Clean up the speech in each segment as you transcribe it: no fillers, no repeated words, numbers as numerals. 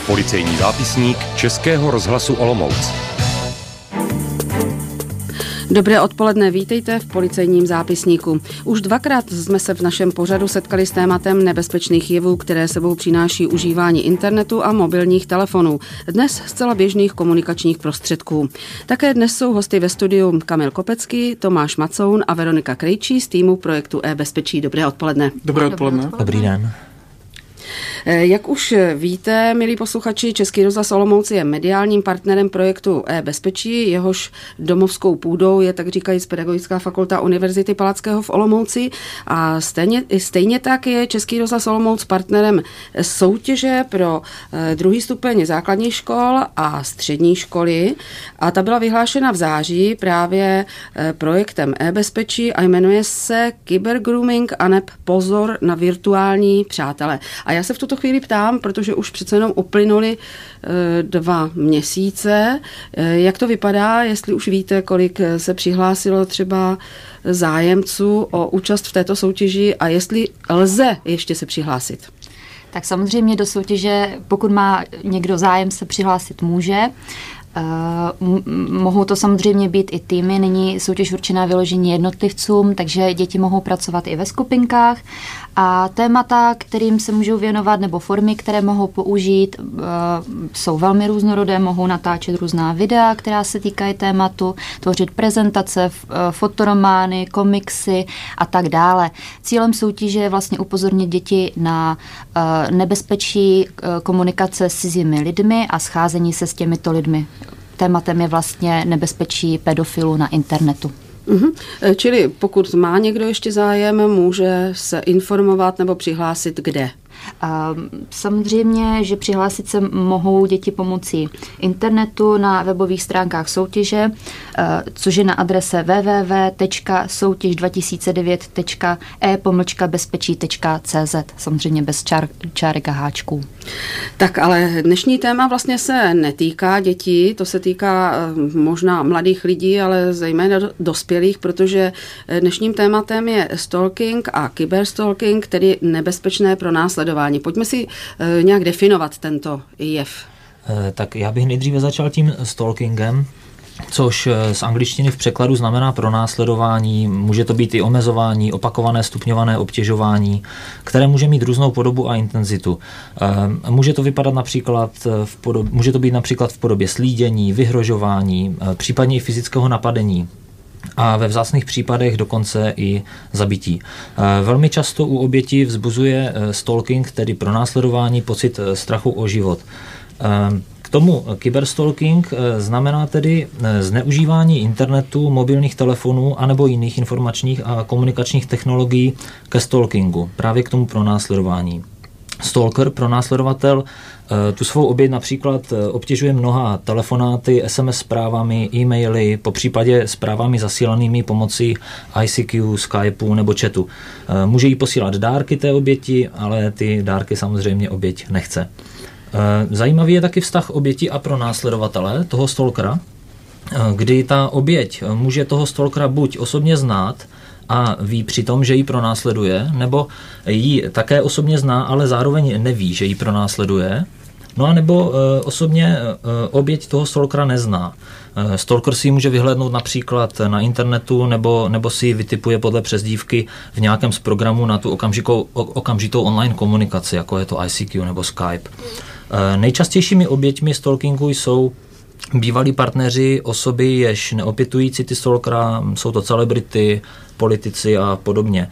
Policejní zápisník Českého rozhlasu Olomouc. Dobré odpoledne, vítejte v policejním zápisníku. Už dvakrát jsme se v našem pořadu setkali s tématem nebezpečných jevů, které sebou přináší užívání internetu a mobilních telefonů, dnes zcela běžných komunikačních prostředků. Také dnes jsou hosty ve studiu Kamil Kopecký, Tomáš Macoun a Veronika Krejčí z týmu projektu e-bezpečí. Dobré odpoledne. Dobré odpoledne. Dobrý den. Jak už víte, milí posluchači, Český rozhlas Olomouc je mediálním partnerem projektu e-bezpečí, jehož domovskou půdou je, tak říkajíc, Pedagogická fakulta Univerzity Palackého v Olomouci a stejně tak je Český rozhlas Olomouc partnerem soutěže pro druhý stupeň základních škol a střední školy a ta byla vyhlášena v září právě projektem e-bezpečí a jmenuje se Kybergrooming aneb pozor na virtuální přátele. A já se v tuto chvíli ptám, protože už přece jenom uplynuly 2 měsíce. Jak to vypadá, jestli už víte, kolik se přihlásilo třeba zájemců o účast v této soutěži a jestli lze ještě se přihlásit? Tak samozřejmě do soutěže, pokud má někdo zájem, se přihlásit může. Mohou to samozřejmě být i týmy, není soutěž určená vyložení jednotlivcům, takže děti mohou pracovat i ve skupinkách a témata, kterým se můžou věnovat nebo formy, které mohou použít, jsou velmi různorodé, mohou natáčet různá videa, která se týkají tématu, tvořit prezentace, fotoromány, komiksy a tak dále. Cílem soutěže je vlastně upozornit děti na nebezpečí komunikace s cizími lidmi a scházení se s těmito lidmi. Tématem je vlastně nebezpečí pedofilů na internetu. Čili pokud má někdo ještě zájem, může se informovat nebo přihlásit kde? Samozřejmě, že přihlásit se mohou děti pomocí internetu na webových stránkách soutěže, což je na adrese www.soutěž2009.e-bezpečí.cz, samozřejmě bez čárek a háčků. Tak ale dnešní téma vlastně se netýká dětí, to se týká možná mladých lidí, ale zejména dospělých, protože dnešním tématem je stalking a kyberstalking, tedy nebezpečné pronásledování. Pojďme si nějak definovat tento jev. Tak já bych nejdříve začal tím stalkingem, což z angličtiny v překladu znamená pronásledování, může to být i omezování, opakované stupňované obtěžování, které může mít různou podobu a intenzitu. Může to vypadat může to být například v podobě slídění, vyhrožování, případně i fyzického napadení. A ve vzácných případech dokonce i zabití. Velmi často u oběti vzbuzuje stalking, tedy pronásledování, pocit strachu o život. K tomu kyberstalking znamená tedy zneužívání internetu, mobilních telefonů anebo jiných informačních a komunikačních technologií ke stalkingu, právě k tomu pronásledování. Stalker, pronásledovatel, tu svou oběť například obtěžuje mnoha telefonáty, SMS zprávami, e-maily, popřípadě zprávami zasílanými pomocí ICQ, Skypeu nebo chatu. Může jí posílat dárky té oběti, ale ty dárky samozřejmě oběť nechce. Zajímavý je taky vztah oběti a pronásledovatele, toho stalkera, kdy ta oběť může toho stalkera buď osobně znát, a ví přitom, že ji pronásleduje, nebo ji také osobně zná, ale zároveň neví, že ji pronásleduje, no a nebo osobně oběť toho stalkera nezná. Stalker si ji může vyhlédnout například na internetu nebo si ji vytipuje podle přezdívky v nějakém z programů na tu okamžitou online komunikaci, jako je to ICQ nebo Skype. Nejčastějšími oběťmi stalkingu jsou bývalí partneři, osoby, jež neopětující ty stalkera, jsou to celebrity, politici a podobně.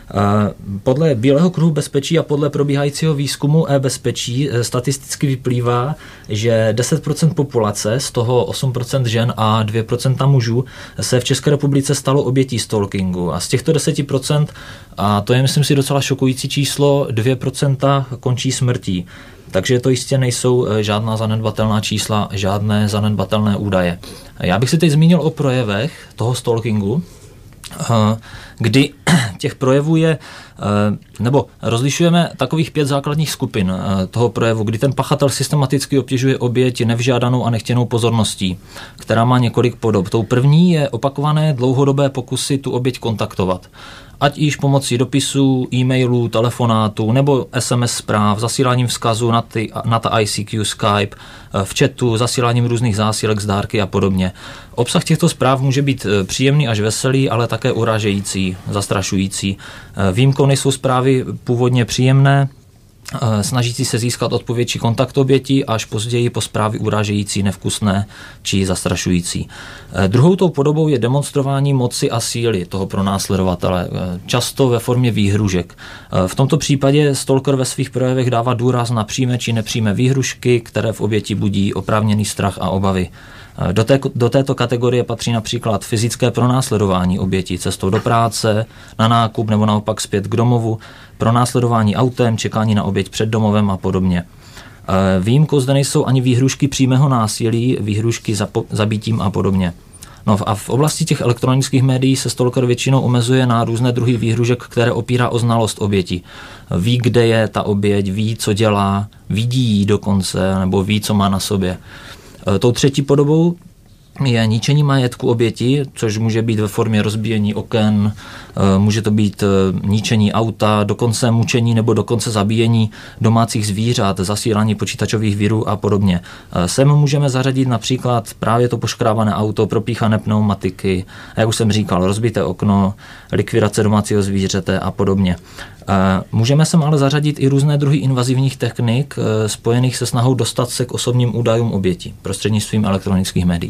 Podle Bílého kruhu bezpečí a podle probíhajícího výzkumu e-bezpečí statisticky vyplývá, že 10% populace, z toho 8% žen a 2% mužů, se v České republice stalo obětí stalkingu. A z těchto 10%, a to je, myslím si, docela šokující číslo, 2% končí smrtí. Takže to jistě nejsou žádná zanedbatelná čísla, žádné zanedbatelné údaje. Já bych si teď zmínil o projevech toho stalkingu, kdy těch projevů je, nebo rozlišujeme takových 5 základních skupin toho projevu, kdy ten pachatel systematicky obtěžuje oběť nevžádanou a nechtěnou pozorností, která má několik podob. Tou první je opakované dlouhodobé pokusy tu oběť kontaktovat. ať již pomocí dopisů, e-mailů, telefonátů nebo SMS zpráv, zasíláním vzkazů na ta ICQ, Skype, v chatu, zasíláním různých zásilek z dárky a podobně. Obsah těchto zpráv může být příjemný až veselý, ale také urážející, zastrašující. Výjimkou nejsou zprávy původně příjemné, snažící se získat odpověď či kontakt oběti, až později po zprávy urážející, nevkusné či zastrašující. Druhou tou podobou je demonstrování moci a síly toho pronásledovatele, často ve formě výhružek. V tomto případě stalker ve svých projevech dává důraz na přímé či nepřímé výhrušky, které v oběti budí oprávněný strach a obavy. Do této kategorie patří například fyzické pronásledování oběti cestou do práce, na nákup nebo naopak zpět k domovu, pronásledování autem, čekání na oběť před domovem a podobně. Výjimkou zde nejsou ani výhrušky přímého násilí, výhrušky zabitím a podobně. No a v oblasti těch elektronických médií se stalker většinou omezuje na různé druhy výhružek, které opírá o znalost oběti. Ví, kde je ta oběť, ví, co dělá, vidí ji dokonce, nebo ví, co má na sobě. Tou třetí podobou je ničení majetku oběti, což může být ve formě rozbíjení oken, může to být ničení auta, dokonce mučení nebo dokonce zabíjení domácích zvířat, zasílání počítačových virů a podobně. Sem můžeme zařadit například právě to poškrábané auto, propíchané pneumatiky, a jak už jsem říkal, rozbité okno, likvidace domácího zvířete a podobně. Můžeme sem ale zařadit i různé druhy invazivních technik spojených se snahou dostat se k osobním údajům oběti prostřednictvím elektronických médií.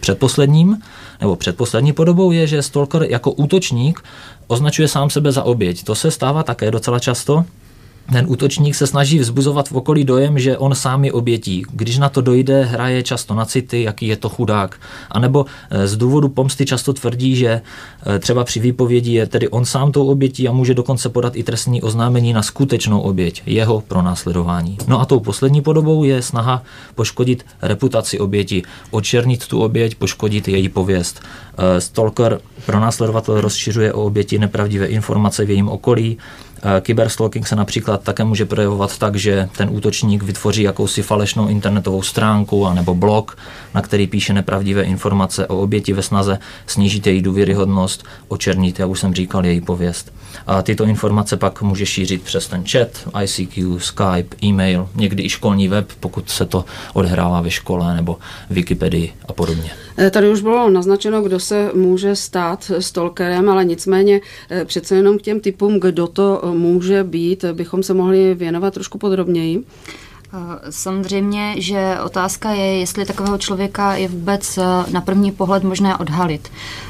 Předposlední podobou je, že stalker jako útočník označuje sám sebe za oběť. To se stává také docela často. Ten útočník se snaží vzbuzovat v okolí dojem, že on sám je obětí. Když na to dojde, hraje často na city, jaký je to chudák. A nebo z důvodu pomsty často tvrdí, že třeba při výpovědi je tedy on sám tou obětí a může dokonce podat i trestní oznámení na skutečnou oběť, jeho pronásledování. No a tou poslední podobou je snaha poškodit reputaci oběti, očernit tu oběť, poškodit její pověst. Stalker, pronásledovatel, rozšiřuje o oběti nepravdivé informace v jejím okolí. Kyberstalking se například také může projevovat tak, že ten útočník vytvoří jakousi falešnou internetovou stránku anebo blog, na který píše nepravdivé informace o oběti ve snaze snížit její důvěryhodnost, očernit, jak už jsem říkal, její pověst. A tyto informace pak může šířit přes ten chat, ICQ, Skype, e-mail, někdy i školní web, pokud se to odhrává ve škole nebo Wikipedii a podobně. Tady už bylo naznačeno, kdo se může stát stalkerem, ale nicméně přece jenom k těm typům, kdo to může být, bychom se mohli věnovat trošku podrobněji. Samozřejmě, že otázka je, jestli takového člověka je vůbec na první pohled možné odhalit.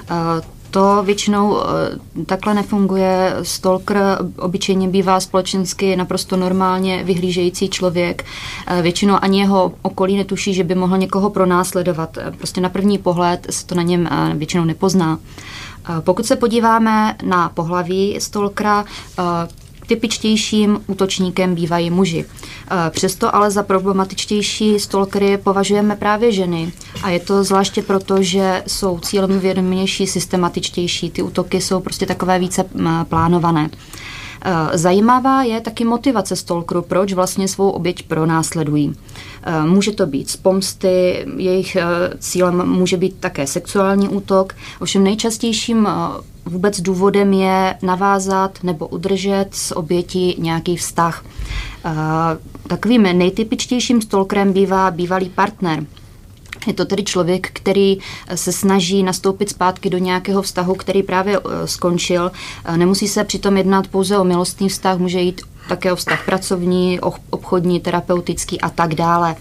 To většinou takhle nefunguje. Stalker obyčejně bývá společensky naprosto normálně vyhlížející člověk. Většinou ani jeho okolí netuší, že by mohl někoho pronásledovat. Prostě na první pohled se to na něm většinou nepozná. Pokud se podíváme na pohlaví stalkera, typičtějším útočníkem bývají muži. Přesto ale za problematičtější stalkery považujeme právě ženy. A je to zvláště proto, že jsou cílem vědomější, systematičtější. Ty útoky jsou prostě takové více plánované. Zajímavá je taky motivace stalkerů, proč vlastně svou oběť pronásledují. Může to být z pomsty, jejich cílem může být také sexuální útok, ovšem nejčastějším vůbec důvodem je navázat nebo udržet s obětí nějaký vztah. Takovým nejtypičtějším stalkerem bývá bývalý partner. Je to tedy člověk, který se snaží nastoupit zpátky do nějakého vztahu, který právě skončil. Nemusí se přitom jednat pouze o milostný vztah, může jít také o vztah pracovní, obchodní, terapeutický a tak dále.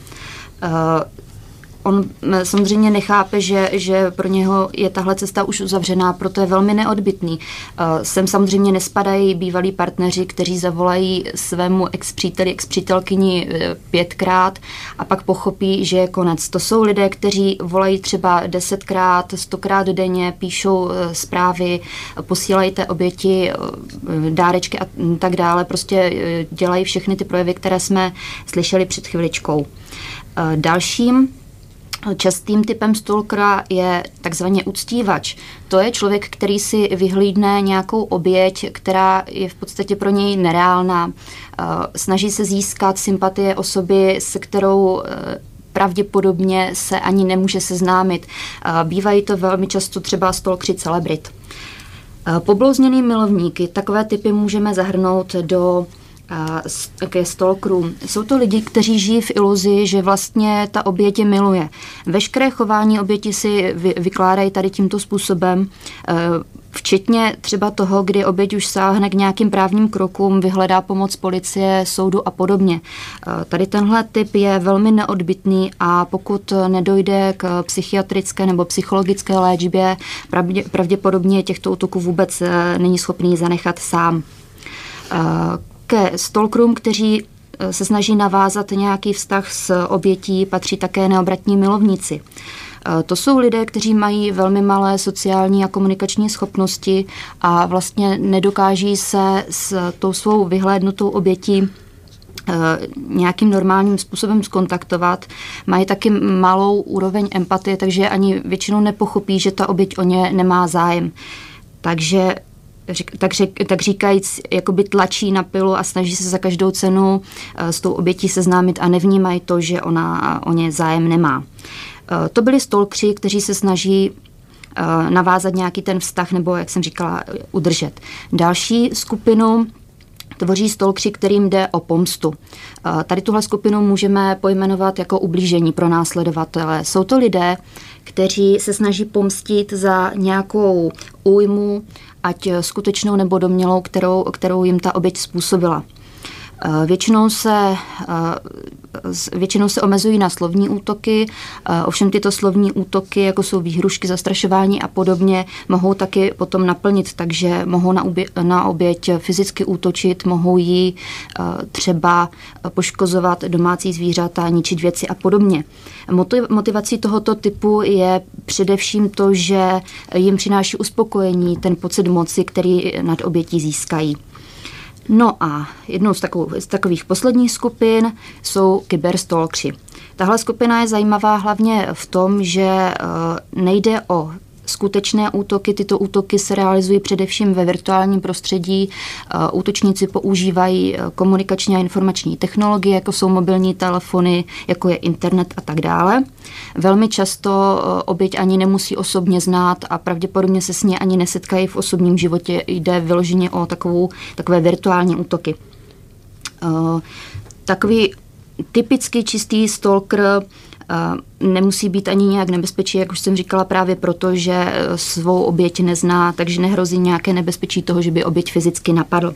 On samozřejmě nechápe, že pro něho je tahle cesta už uzavřená, proto je velmi neodbytný. Sem samozřejmě nespadají bývalí partneři, kteří zavolají svému ex-příteli, ex-přítelkyni 5krát a pak pochopí, že je konec. To jsou lidé, kteří volají třeba 10krát, 100krát denně, píšou zprávy, posílají té oběti dárečky a tak dále. Prostě dělají všechny ty projevy, které jsme slyšeli před chviličkou. Dalším častým typem stalkera je takzvaně uctívač. To je člověk, který si vyhlídne nějakou oběť, která je v podstatě pro něj nereálná. Snaží se získat sympatie osoby, se kterou pravděpodobně se ani nemůže seznámit. Bývají to velmi často třeba stalkeři celebrit. Poblouzněný milovníky, takové typy můžeme zahrnout ke stalkerům. Jsou to lidi, kteří žijí v iluzi, že vlastně ta oběť je miluje. Veškeré chování oběti si vykládají tady tímto způsobem, včetně třeba toho, kdy oběť už sáhne k nějakým právním krokům, vyhledá pomoc policie, soudu a podobně. Tady tenhle typ je velmi neodbytný a pokud nedojde k psychiatrické nebo psychologické léčbě, pravděpodobně těchto útoků vůbec není schopný zanechat sám. Ke stalkerům, kteří se snaží navázat nějaký vztah s obětí, patří také neobratní milovníci. To jsou lidé, kteří mají velmi malé sociální a komunikační schopnosti a vlastně nedokáží se s tou svou vyhlédnutou obětí nějakým normálním způsobem skontaktovat. Mají taky malou úroveň empatie, takže ani většinou nepochopí, že ta oběť o ně nemá zájem. Takže tak říkajíc, jakoby tlačí na pilu a snaží se za každou cenu s tou obětí seznámit a nevnímají to, že ona o ně zájem nemá. To byli stalkři, kteří se snaží navázat nějaký ten vztah nebo, jak jsem říkala, udržet. Další skupinu tvoří stalkři, kterým jde o pomstu. Tady tuhle skupinu můžeme pojmenovat jako ublížení pro následovatele. Jsou to lidé, kteří se snaží pomstit za nějakou újmu, ať skutečnou nebo domnělou, kterou jim ta oběť způsobila. Většinou se omezují na slovní útoky, ovšem tyto slovní útoky, jako jsou výhrušky, zastrašování a podobně, mohou taky potom naplnit, takže mohou na oběť fyzicky útočit, mohou jí třeba poškozovat domácí zvířata, ničit věci a podobně. Motivací tohoto typu je především to, že jim přináší uspokojení, ten pocit moci, který nad obětí získají. No a jednou z takových posledních skupin jsou kyberstalkři. Tahle skupina je zajímavá hlavně v tom, že nejde o skutečné útoky. Tyto útoky se realizují především ve virtuálním prostředí. Útočníci používají komunikační a informační technologie, jako jsou mobilní telefony, jako je internet a tak dále. Velmi často oběť ani nemusí osobně znát a pravděpodobně se s ní ani nesetkají v osobním životě. Jde vyloženě o takové virtuální útoky. Takový typický čistý stalker nemusí být ani nějak nebezpečí, jak už jsem říkala, právě proto, že svou oběť nezná, takže nehrozí nějaké nebezpečí toho, že by oběť fyzicky napadl.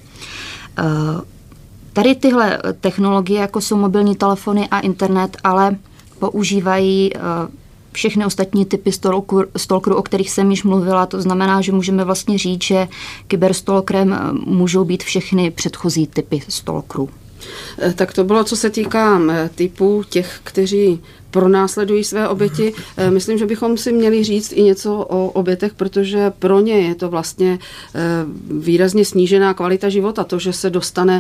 Tady tyhle technologie, jako jsou mobilní telefony a internet, ale používají všechny ostatní typy stalkerů, o kterých jsem již mluvila. To znamená, že můžeme vlastně říct, že kyberstalkerem můžou být všechny předchozí typy stalkerů. Tak to bylo, co se týká typů těch, kteří pronásledují své oběti. Myslím, že bychom si měli říct i něco o obětech, protože pro ně je to vlastně výrazně snížená kvalita života. To, že se dostane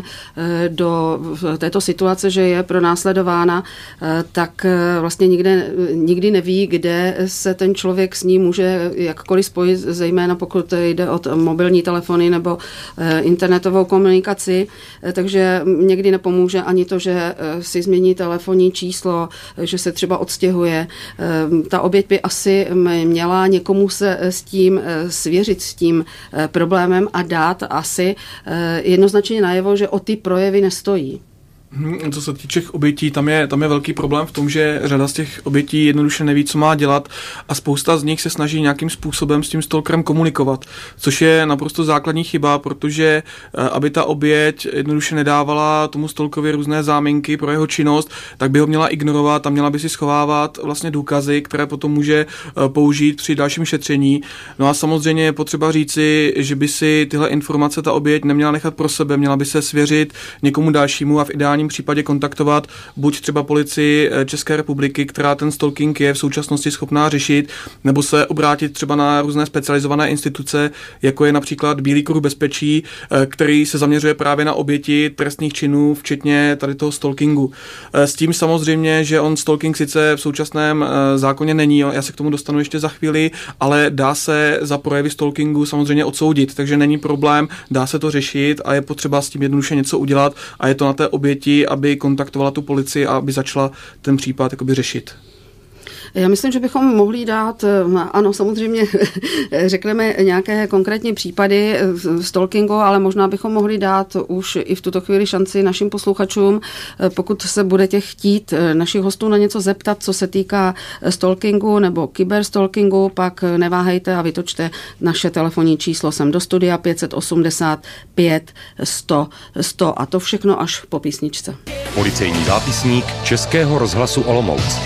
do této situace, že je pronásledována, tak vlastně nikdy neví, kde se ten člověk s ní může jakkoliv spojit, zejména pokud jde o mobilní telefony nebo internetovou komunikaci. Takže někdy nepomůže ani to, že si změní telefonní číslo, že se třeba odstěhuje. Ta oběť by asi měla někomu se s tím svěřit, s tím problémem a dát asi jednoznačně najevo, že o ty projevy nestojí. Co se týče obětí, tam je velký problém v tom, že řada z těch obětí jednoduše neví, co má dělat a spousta z nich se snaží nějakým způsobem s tím stalkerem komunikovat, což je naprosto základní chyba, protože aby ta oběť jednoduše nedávala tomu stalkerovi různé záminky pro jeho činnost, tak by ho měla ignorovat a měla by si schovávat vlastně důkazy, které potom může použít při dalším šetření. No a samozřejmě je potřeba říci, že by si tyhle informace ta oběť neměla nechat pro sebe, měla by se svěřit někomu dalšímu a v ideálním případě kontaktovat buď třeba policii České republiky, která ten stalking je v současnosti schopná řešit, nebo se obrátit třeba na různé specializované instituce, jako je například Bílý kruh bezpečí, který se zaměřuje právě na oběti trestných činů, včetně tady toho stalkingu. S tím samozřejmě, že on stalking sice v současném zákoně není, já se k tomu dostanu ještě za chvíli, ale dá se za projevy stalkingu samozřejmě odsoudit, takže není problém, dá se to řešit a je potřeba s tím jednoduše něco udělat a je to na té oběti, aby kontaktovala tu policii a aby začala ten případ jakoby řešit. Já myslím, že bychom mohli dát, ano, samozřejmě řekneme nějaké konkrétní případy stalkingu, ale možná bychom mohli dát už i v tuto chvíli šanci našim posluchačům, pokud se budete chtít našich hostů na něco zeptat, co se týká stalkingu nebo kyberstalkingu, pak neváhejte a vytočte naše telefonní číslo sem do studia 585 100 100 a to všechno až po písničce. Policejní zápisník Českého rozhlasu Olomouc.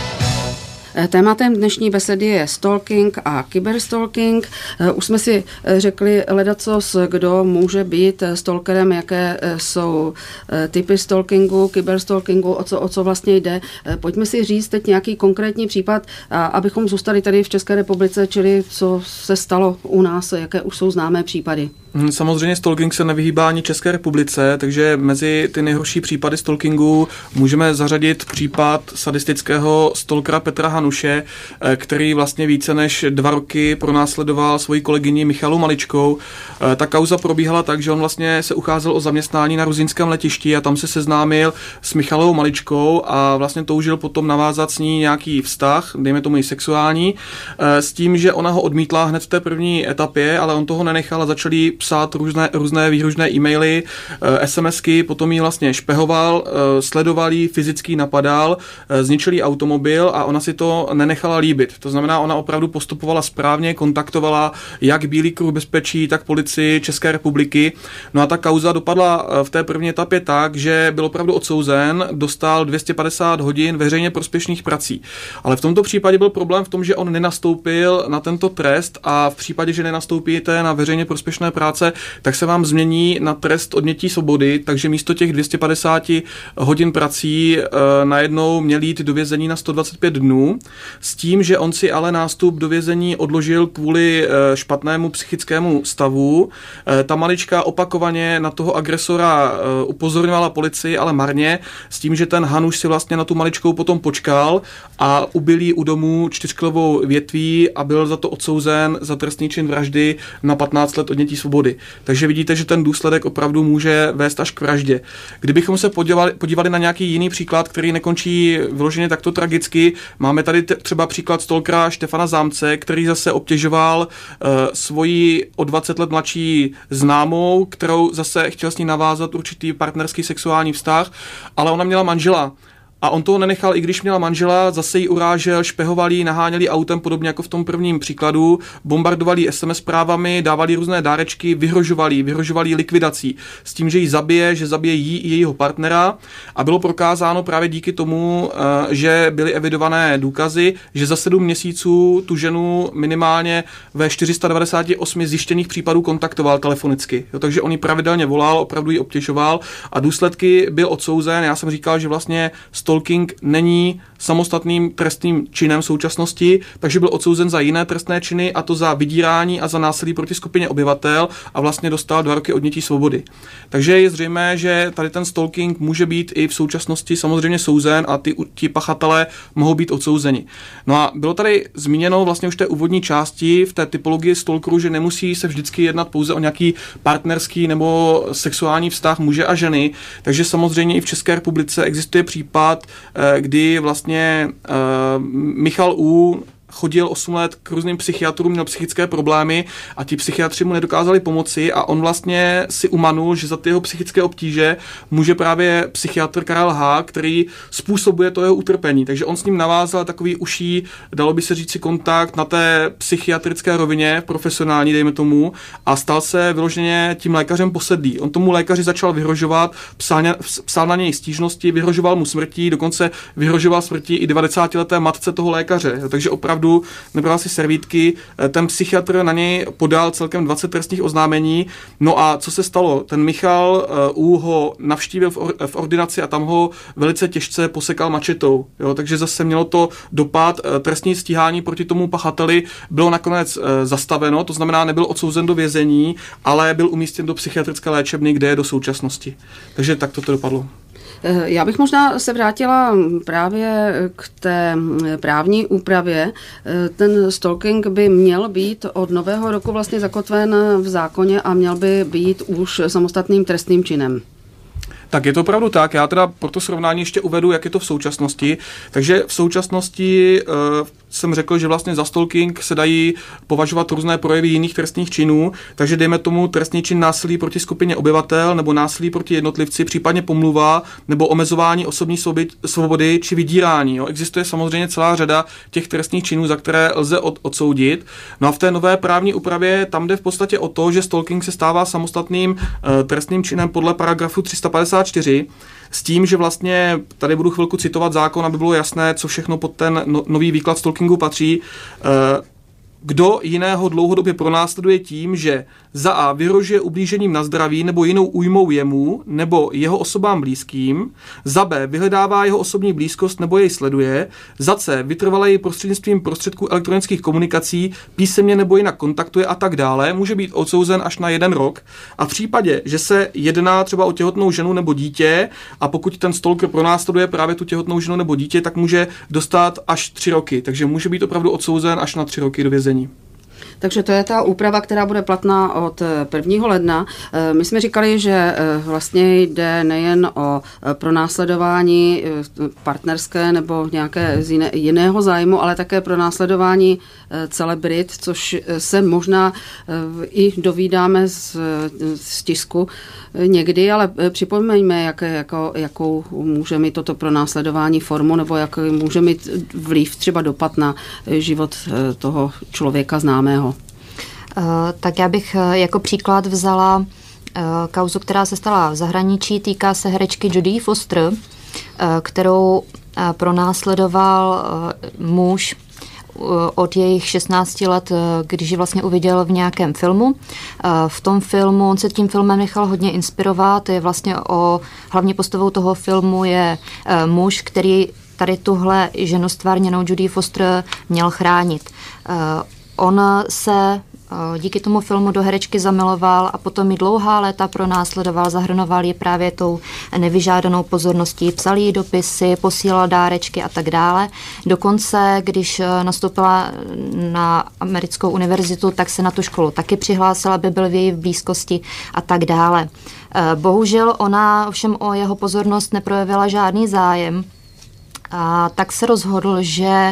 Tématem dnešní besedy je stalking a kyberstalking. Už jsme si řekli ledacos, kdo může být stalkerem, jaké jsou typy stalkingu, kyberstalkingu, o co vlastně jde. Pojďme si říct teď nějaký konkrétní případ, abychom zůstali tady v České republice, čili co se stalo u nás, jaké už jsou známé případy. Samozřejmě stalking se nevyhýbá ani České republice, takže mezi ty nejhorší případy stalkingu můžeme zařadit případ sadistického stalkera Petra Hanuše, který vlastně více než 2 roky pronásledoval svoji kolegyni Michalu Maličkou. Ta kauza probíhala tak, že on vlastně se ucházel o zaměstnání na ruzinském letišti a tam se seznámil s Michalou Maličkou a vlastně toužil potom navázat s ní nějaký vztah, dejme tomu i sexuální, s tím, že ona ho odmítla hned v té první etapě, ale on toho nenechal a začali psát různé výhružné e-maily, SMSky, potom jí vlastně špehoval, sledoval jí, fyzicky napadal, zničil jí automobil a ona si to nenechala líbit. To znamená, ona opravdu postupovala správně, kontaktovala jak Bílý kruh bezpečí, tak policii České republiky. No a ta kauza dopadla v té první etapě tak, že byl opravdu odsouzen, dostal 250 hodin veřejně prospěšných prací. Ale v tomto případě byl problém v tom, že on nenastoupil na tento trest a v případě, že nenastoupíte na veřejně prospěšné práce, tak se vám změní na trest odnětí svobody, takže místo těch 250 hodin prací najednou měl jít do vězení na 125 dnů, s tím, že on si ale nástup do vězení odložil kvůli špatnému psychickému stavu. Ta Malička opakovaně na toho agresora upozorňovala policii, ale marně, s tím, že ten Hanuš si vlastně na tu Maličkou potom počkal a ubil jí u domu 4kilovou větví a byl za to odsouzen za trestný čin vraždy na 15 let odnětí svobody. Takže vidíte, že ten důsledek opravdu může vést až k vraždě. Kdybychom se podívali na nějaký jiný příklad, který nekončí vyloženě takto tragicky, máme tady třeba příklad stalkera Štefana Zámce, který zase obtěžoval svoji o 20 let mladší známou, kterou zase chtěl s ní navázat určitý partnerský sexuální vztah, ale ona měla manžela. A on toho nenechal, i když měla manžela, zase ji urážel, špehoval ji, naháněl ji autem, podobně jako v tom prvním příkladu, bombardovali SMS zprávami, dávali různé dárečky, vyhrožovali likvidací, s tím, že ji zabije, že zabije jí i jejího partnera a bylo prokázáno právě díky tomu, že byly evidované důkazy, že za 7 měsíců tu ženu minimálně ve 498 zjištěných případů kontaktoval telefonicky. Jo, takže on ji pravidelně volal, opravdu ji obtěžoval a důsledky byl odsouzen. Já jsem říkal, že vlastně stalking není samostatným trestným činem v současnosti, takže byl odsouzen za jiné trestné činy, a to za vydírání a za násilí proti skupině obyvatel a vlastně dostal 2 roky odnětí svobody. Takže je zřejmé, že tady ten stalking může být i v současnosti samozřejmě souzen a ti pachatelé mohou být odsouzeni. No a bylo tady zmíněno vlastně už té úvodní části v té typologii stalkerů, že nemusí se vždycky jednat pouze o nějaký partnerský nebo sexuální vztah muže a ženy, takže samozřejmě i v České republice existuje případ, kdy vlastně Michal U. chodil 8 let k různým psychiatrům, měl psychické problémy a ti psychiatři mu nedokázali pomoci a on vlastně si umanul, že za ty jeho psychické obtíže může právě psychiatr Karel H., který způsobuje to jeho utrpení. Takže on s ním navázal takový užší, dalo by se říci, kontakt na té psychiatrické rovině, profesionální, dejme tomu, a stal se vyloženě tím lékařem posedlý. On tomu lékaři začal vyhrožovat, psal na něj stížnosti, vyhrožoval mu smrtí, dokonce vyhrožoval smrtí i 90leté matce toho lékaře. Takže opravdu nebral si servítky, ten psychiatr na něj podal celkem 20 trestních oznámení. No a co se stalo? Ten Michal U. ho navštívil v ordinaci a tam ho velice těžce posekal mačetou. Jo? Takže zase mělo to dopad, trestní stíhání proti tomu pachateli bylo nakonec zastaveno, to znamená, nebyl odsouzen do vězení, ale byl umístěn do psychiatrické léčebny, kde je do současnosti. Takže tak to dopadlo. Já bych možná se vrátila právě k té právní úpravě. Ten stalking by měl být od nového roku vlastně zakotven v zákoně a měl by být už samostatným trestným činem. Tak je to opravdu tak, já teda pro to srovnání ještě uvedu, jak je to v současnosti. Takže v současnosti jsem řekl, že vlastně za stalking se dají považovat různé projevy jiných trestných činů, takže dejme tomu trestný čin násilí proti skupině obyvatel nebo násilí proti jednotlivci, případně pomluva nebo omezování osobní svobody či vydírání. Jo. Existuje samozřejmě celá řada těch trestných činů, za které lze odsoudit. No a v té nové právní úpravě tam jde v podstatě o to, že stalking se stává samostatným trestným činem podle paragrafu 354, s tím, že vlastně, tady budu chvilku citovat zákon, aby bylo jasné, co všechno pod ten nový výklad stalkingu patří. Kdo jiného dlouhodobě pronásleduje tím, že za a vyhrožuje ublížením na zdraví nebo jinou újmou jemu nebo jeho osobám blízkým, za b vyhledává jeho osobní blízkost nebo jej sleduje, za c vytrvale jej prostřednictvím prostředků elektronických komunikací písemně nebo jinak kontaktuje a tak dále, může být odsouzen až na 1 rok. A v případě, že se jedná třeba o těhotnou ženu nebo dítě a pokud ten stalker pronásleduje právě tu těhotnou ženu nebo dítě, tak může dostat až 3 roky. Takže může být opravdu odsouzen až na 3 roky do vězení. Takže to je ta úprava, která bude platná od 1. ledna. My jsme říkali, že vlastně jde nejen o pronásledování partnerské nebo nějaké z jiného zájmu, ale také pronásledování celebrit, což se možná i dovídáme z tisku někdy, ale připomeňme, jakou může mít toto pronásledování formu nebo jak může mít vliv, třeba dopad na život toho člověka známého. Tak já bych jako příklad vzala kauzu, která se stala v zahraničí, týká se herečky Jodie Foster, kterou pronásledoval muž od jejich 16 let, když ji vlastně uviděl v nějakém filmu. V tom filmu, on se tím filmem nechal hodně inspirovat, je vlastně hlavní postavou toho filmu je muž, který tady tuhle ženu stvárněnou Jodie Foster měl chránit. On se díky tomu filmu do herečky zamiloval a potom ji dlouhá léta pronásledoval, zahrnoval ji právě tou nevyžádanou pozorností, psal jí dopisy, posílal dárečky a tak dále. Dokonce, když nastoupila na americkou univerzitu, tak se na tu školu taky přihlásila, aby byl v její blízkosti a tak dále. Bohužel ona ovšem o jeho pozornost neprojevila žádný zájem, a tak se rozhodl, že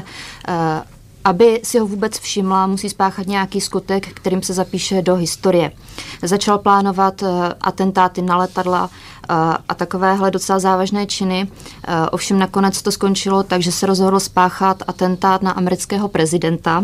aby si ho vůbec všimla, musí spáchat nějaký skutek, kterým se zapíše do historie. Začal plánovat atentáty na letadla a takovéhle docela závažné činy. Ovšem nakonec to skončilo, takže se rozhodl spáchat atentát na amerického prezidenta.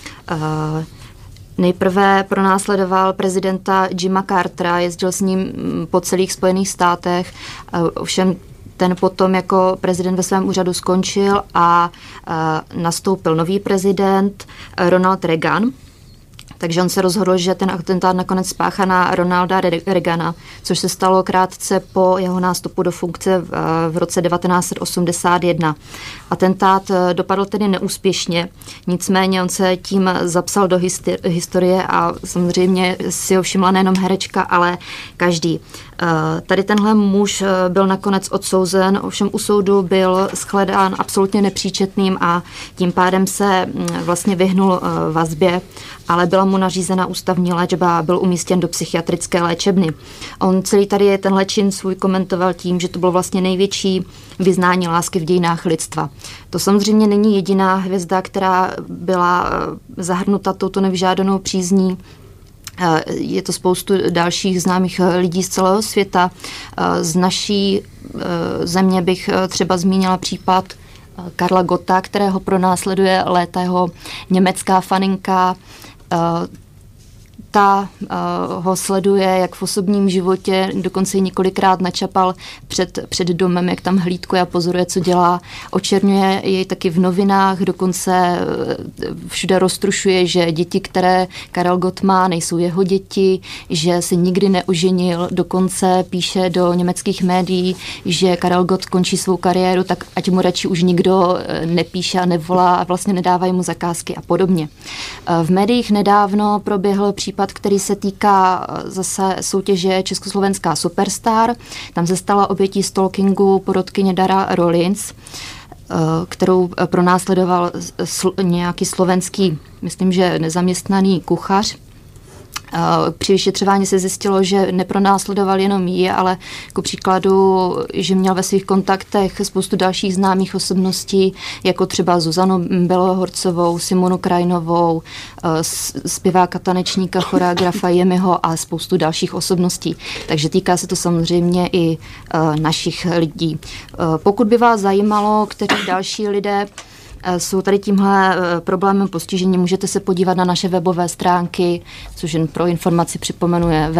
Nejprve pronásledoval prezidenta Jimma Cartera, jezdil s ním po celých Spojených státech, ovšem ten potom jako prezident ve svém úřadu skončil a nastoupil nový prezident Ronald Reagan. Takže on se rozhodl, že ten atentát nakonec spáchá na Ronalda Reagana, což se stalo krátce po jeho nástupu do funkce v roce 1981. Atentát dopadl tedy neúspěšně, nicméně on se tím zapsal do historie a samozřejmě si ho všimla nejenom herečka, ale každý. Tady tenhle muž byl nakonec odsouzen, ovšem u soudu byl shledán absolutně nepříčetným a tím pádem se vlastně vyhnul vazbě, ale byla mu nařízena ústavní léčba a byl umístěn do psychiatrické léčebny. On celý tady tenhle čin svůj komentoval tím, že to bylo vlastně největší vyznání lásky v dějinách lidstva. To samozřejmě není jediná hvězda, která byla zahrnuta touto nevyžádanou přízní. Je to spoustu dalších známých lidí z celého světa. Z naší země bych třeba zmínila případ Karla Gotta, kterého pronásleduje léta jeho německá faninka. Ta ho sleduje jak v osobním životě, dokonce ji několikrát načapal před domem, jak tam hlídkuje a pozoruje, co dělá. Očerňuje jej taky v novinách, dokonce všude roztrušuje, že děti, které Karel Gott má, nejsou jeho děti, že se nikdy neoženil, dokonce píše do německých médií, že Karel Gott končí svou kariéru, tak ať mu radši už nikdo nepíše a nevolá a vlastně nedávají mu zakázky a podobně. V médiích nedávno proběhl případ, který se týká zase soutěže Československá Superstar. Tam se stala obětí stalkingu porotkyně Dara Rollins, kterou pronásledoval nějaký slovenský, myslím, že nezaměstnaný kuchař. Při vyšetřování se zjistilo, že nepronásledoval jenom ji, ale jako příkladu, že měl ve svých kontaktech spoustu dalších známých osobností, jako třeba Zuzanu Belohorcovou, Simonu Krajnovou, zpěváka, tanečníka, choreografa Jemiho a spoustu dalších osobností. Takže týká se to samozřejmě i našich lidí. Pokud by vás zajímalo, kteří další lidé jsou tady tímhle problémem postižení, můžete se podívat na naše webové stránky, což jen pro informaci připomenu je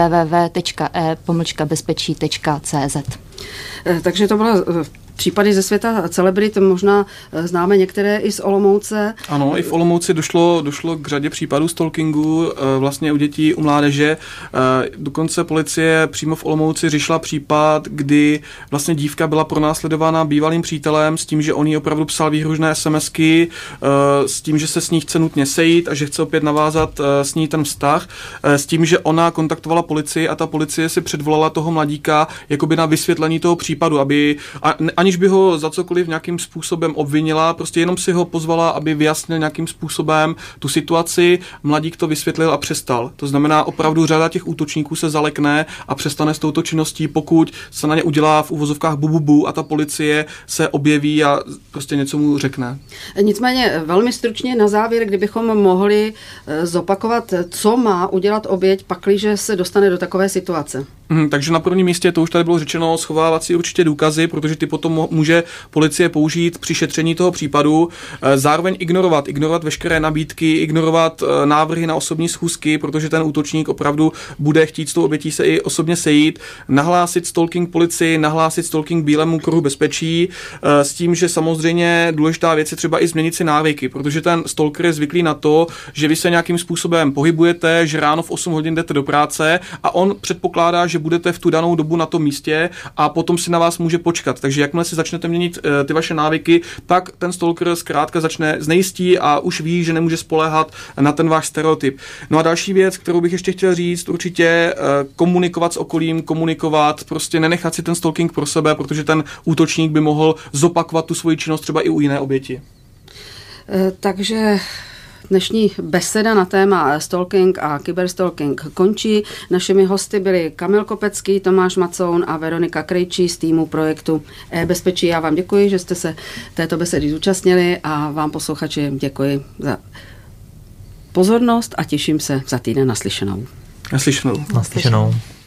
www.e-bezpečí.cz. Takže to byla případy ze světa celebrit, možná známe některé i z Olomouce. Ano, i v Olomouci došlo k řadě případů stalkingu vlastně u dětí, u mládeže. Dokonce policie přímo v Olomouci řešila případ, kdy vlastně dívka byla pronásledována bývalým přítelem s tím, že on jí opravdu psal výhružné SMSky, s tím, že se s ní chce nutně sejít a že chce opět navázat s ní ten vztah, s tím, že ona kontaktovala policii a ta policie si předvolala toho mladíka jakoby na vysvětlení toho případu, aniž by ho za cokoliv nějakým způsobem obvinila, prostě jenom si ho pozvala, aby vyjasnil nějakým způsobem tu situaci, mladík to vysvětlil a přestal. To znamená, opravdu řada těch útočníků se zalekne a přestane s touto činností, pokud se na ně udělá v uvozovkách bububu a ta policie se objeví a prostě něco mu řekne. Nicméně velmi stručně na závěr, kdybychom mohli zopakovat, co má udělat oběť, pakliže se dostane do takové situace. Takže na prvním místě, to už tady bylo řečeno, schovávat si určitě důkazy, protože ty potom může policie použít při šetření toho případu. Zároveň ignorovat veškeré nabídky, ignorovat návrhy na osobní schůzky, protože ten útočník opravdu bude chtít s tou obětí se i osobně sejít. Nahlásit stalking policii, nahlásit stalking Bílému kruhu bezpečí, s tím, že samozřejmě důležitá věc je třeba i změnit si návyky, protože ten stalker je zvyklý na to, že vy se nějakým způsobem pohybujete, že ráno v 8 hodin jdete do práce a on předpokládá, že budete v tu danou dobu na tom místě a potom si na vás může počkat. Takže jakmile si začnete měnit ty vaše návyky, tak ten stalker zkrátka začne znejistí a už ví, že nemůže spoléhat na ten váš stereotyp. No a další věc, kterou bych ještě chtěl říct, určitě komunikovat s okolím, prostě nenechat si ten stalking pro sebe, protože ten útočník by mohl zopakovat tu svoji činnost třeba i u jiné oběti. Takže dnešní beseda na téma stalking a kyberstalking končí. Našimi hosty byli Kamil Kopecký, Tomáš Macoun a Veronika Krejčí z týmu projektu e-bezpečí. Já vám děkuji, že jste se této besedy zúčastnili a vám posluchači děkuji za pozornost a těším se za týden naslyšenou. Naslyšenou. Naslyšenou.